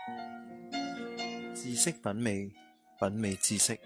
知識品味，品味知識。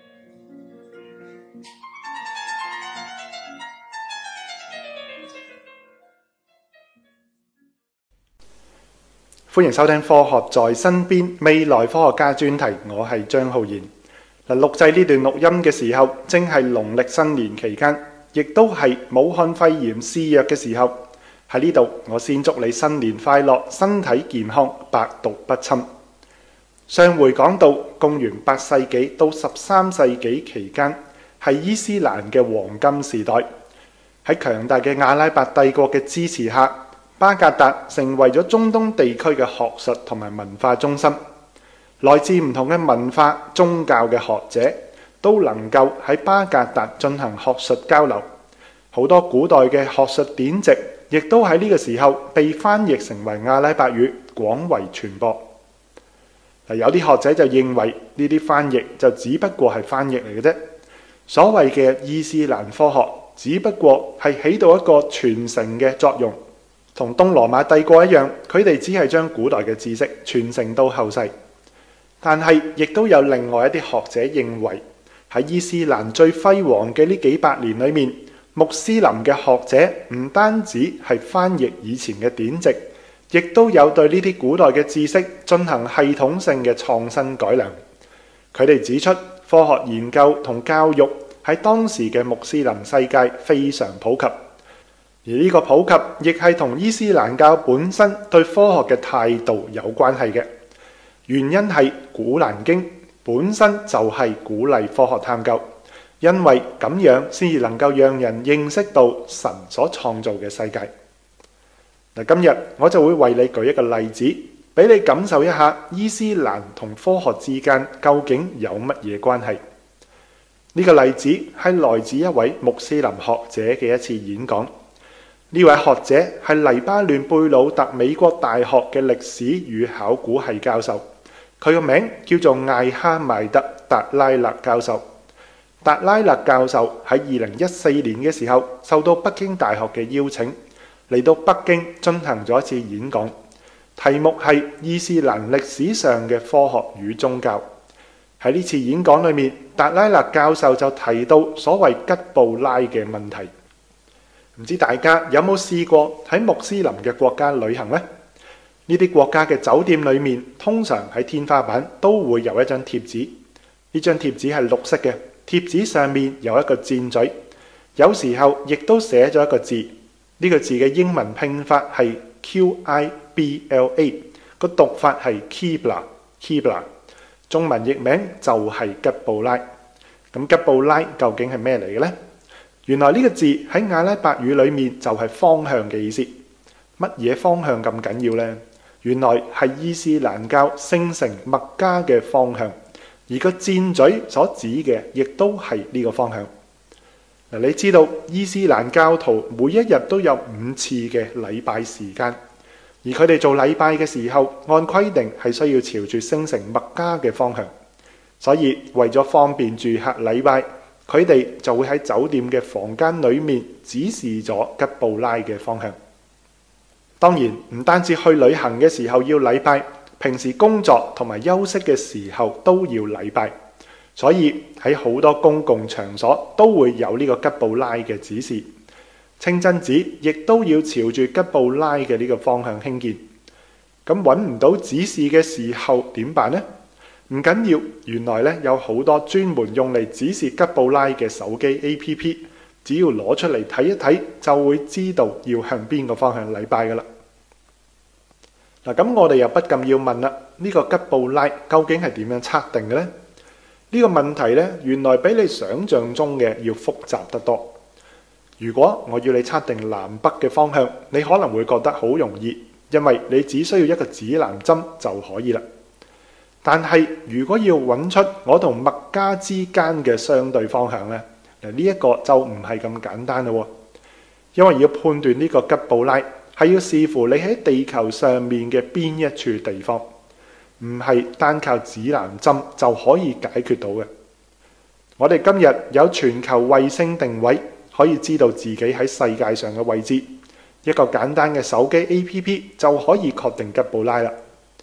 歡迎收聽《科學在身邊》未來科學家專題，我係張浩然。錄製呢段錄音嘅時候，正係農曆新年期間，亦都係武漢肺炎肆虐嘅時候。喺呢度，我先祝你新年快樂，身體健康，百毒不侵。上回講到，公元8世紀到13世紀期間，係伊斯蘭嘅黃金時代。喺強大嘅阿拉伯帝國嘅支持下，巴格達成為咗中東地區嘅學術同埋文化中心。來自唔同嘅文化、宗教嘅學者都能夠喺巴格達進行學術交流。好多古代嘅學術典籍亦都喺呢個時候被翻譯成為阿拉伯語，廣為傳播。有啲學者就認為呢啲翻譯就只不過係翻譯嚟嘅啫。所謂嘅伊斯蘭科學只不過係起到一個傳承嘅作用，同東羅馬帝國一樣，佢哋只係將古代嘅知識傳承到後世。但係亦都有另外一啲學者認為，喺伊斯蘭最輝煌嘅呢幾百年裏面，穆斯林嘅學者唔單止係翻譯以前嘅典籍，亦都有對呢啲古代嘅知識進行系統性嘅創新改良。佢哋指出，科學研究同教育喺當時嘅穆斯林世界非常普及，而呢個普及亦係同伊斯蘭教本身對科學嘅態度有關係嘅。原因係《古蘭經》本身就係鼓勵科學探究，因為咁樣先至能夠讓人認識到神所創造嘅世界。今日我就會為你舉一個例子，俾你感受一下伊斯蘭同科學之間究竟有乜嘢關係。呢個例子係來自一位穆斯林學者嘅一次演講。呢位學者係黎巴嫩貝魯特美國大學嘅歷史與考古系教授，佢個名叫做艾哈邁德·達拉勒教授。達拉勒教授喺2014年嘅時候受到北京大學嘅邀請，嚟到北京進行咗一次演講，題目係伊斯蘭歷史上嘅科學與宗教。喺呢次演講裏面，達拉勒教授就提到所謂吉布拉嘅問題。唔知大家有冇試過喺穆斯林嘅國家旅行呢？呢啲國家嘅酒店裏面，通常喺天花板都會有一張貼紙。呢張貼紙係綠色嘅，貼紙上面有一個箭嘴，有時候亦都寫咗一個字。呢個字嘅英文拼法係 Qibla， 個讀法係 Qibla， 中文譯名就係吉布拉。咁吉布拉究竟係咩嚟嘅呢？原來呢個字喺阿拉伯語裏面就係方向嘅意思。乜嘢方向咁緊要呢？原來係伊斯蘭教聖城麥加嘅方向，而個箭嘴所指嘅亦都係呢個方向。你知道伊斯蘭教徒每一日都有5次嘅禮拜時間，而佢哋做禮拜嘅時候，按規定係需要朝住聖城麥加嘅方向。所以為咗方便住客禮拜，佢哋就會喺酒店嘅房間裏面指示咗吉布拉嘅方向。當然唔單止去旅行嘅時候要禮拜，平時工作同埋休息嘅時候都要禮拜。所以喺好多公共場所都會有呢個吉布拉嘅指示。清真寺亦都要朝住吉布拉嘅呢個方向興建。咁揾唔到指示嘅時候點辦呢？唔緊要，原來咧有好多專門用嚟指示吉布拉嘅手機 APP， 只要攞出嚟睇一睇，就會知道要向邊個方向禮拜噶啦。咁我哋又不禁要問啦，呢個吉布拉究竟係點樣測定嘅呢？呢個問題咧，原來比你想象中嘅要複雜得多。如果我要你測定南北嘅方向，你可能會覺得好容易，因為你只需要一個指南針就可以啦。但係如果要揾出我同麥加之間嘅相對方向呢，呢一個就唔係咁簡單咯。因為要判斷呢個吉布拉係要視乎你喺地球上面嘅邊一處地方，唔係單靠指南針就可以解決到嘅。我哋今日有全球衛星定位，可以知道自己喺世界上嘅位置。一個簡單嘅手機 APP 就可以確定吉布拉啦。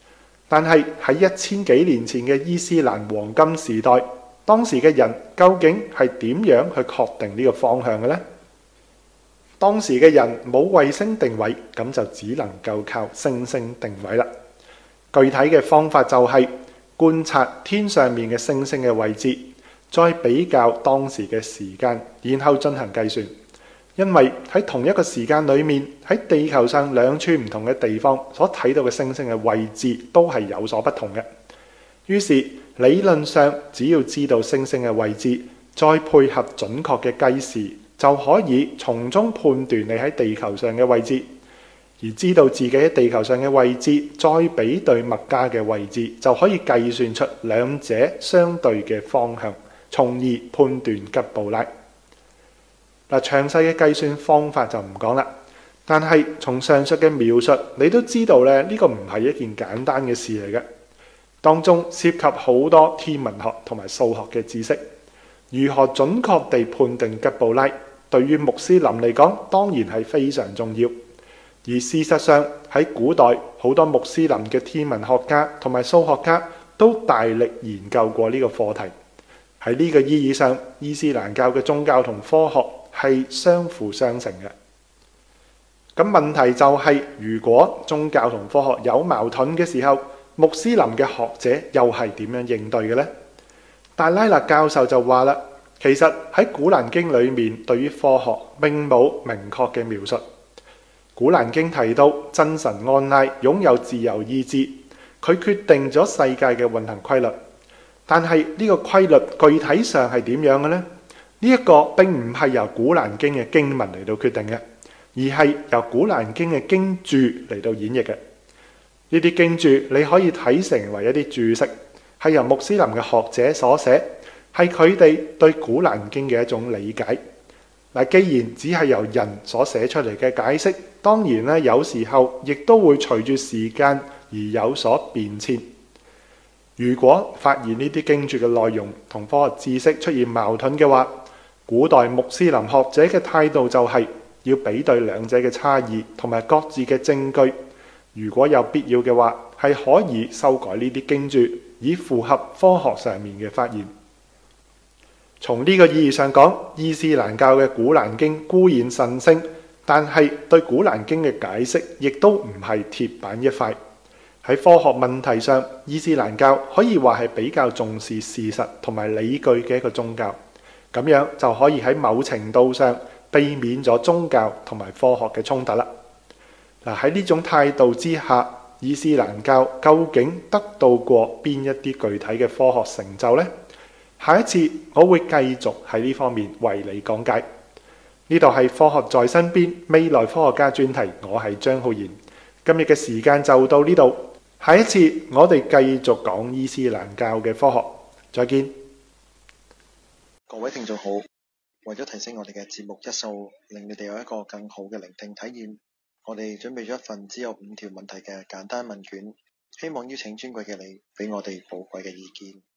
但係喺1000幾年前嘅伊斯蘭黃金時代，當時嘅人究竟係點樣去確定呢個方向嘅呢？當時嘅人冇衛星定位，咁就只能夠靠星星定位啦。具體嘅方法就係觀察天上面嘅星星嘅位置，再比較當時嘅時間，然後進行計算。因為喺同一個時間裏面，喺地球上兩處唔同嘅地方所睇到嘅星星嘅位置都係有所不同嘅。於是理論上，只要知道星星嘅位置，再配合準確嘅計時，就可以從中判斷你喺地球上嘅位置。而知道自己喺地球上嘅位置，再比對麥加嘅位置，就可以計算出兩者相對嘅方向，從而判斷吉布拉。嗱，詳細嘅計算方法就唔講啦，但係從上述嘅描述，你都知道咧，呢個唔係一件簡單嘅事嚟嘅，當中涉及好多天文學同埋數學嘅知識。如何準確地判定吉布拉，對於穆斯林嚟講，當然係非常重要。而事實上喺古代，好多穆斯林嘅天文學家同埋數學家都大力研究過呢個課題。喺呢個意義上，伊斯蘭教嘅宗教同科學係相輔相成嘅。咁問題就係，如果宗教同科學有矛盾嘅時候，穆斯林嘅學者又係點樣應對嘅呢？戴拉勒教授就話啦，其實喺古蘭經裏面對於科學並冇明確嘅描述。古蘭經提到真神安拉擁有自由意志，佢決定咗世界嘅運行規律。但係呢個規律具體上係點樣嘅呢？呢一個並唔係由古蘭經嘅經文嚟到決定嘅，而係由古蘭經嘅經注嚟到演繹嘅。呢啲經注你可以睇成為一啲注釋，係由穆斯林嘅學者所寫，係佢哋對古蘭經嘅一種理解。嗱，既然只係由人所寫出嚟嘅解釋，當然咧有時候亦都會隨住時間而有所變遷。如果發現呢啲經注嘅內容同科學知識出現矛盾嘅話，古代穆斯林學者嘅態度就係要比對兩者嘅差異同埋各自嘅證據。如果有必要嘅話，係可以修改呢啲經注，以符合科學上面嘅發現。從呢個意義上講，伊斯蘭教嘅古蘭經固然神聖，但係對古蘭經嘅解釋亦都唔係鐵板一塊。喺科學問題上，伊斯蘭教可以話係比較重視事實同埋理據嘅一個宗教，咁樣就可以喺某程度上避免咗宗教同埋科學嘅衝突啦。嗱，喺呢種態度之下，伊斯蘭教究竟得到過邊一啲具體嘅科學成就呢？下一次我會繼續喺呢方面為你講解。呢度係科學在身邊未來科學家專題，我係張浩然。今日嘅時間就到呢度，下一次我哋繼續講伊斯蘭教嘅科學。再見。 各位聽眾好，為咗提升我哋嘅節目質素，令你哋有一個更好嘅聆聽體驗，我哋準備咗一份只有5條問題嘅簡單問卷，希望邀請尊貴嘅你俾我哋寶貴嘅意見。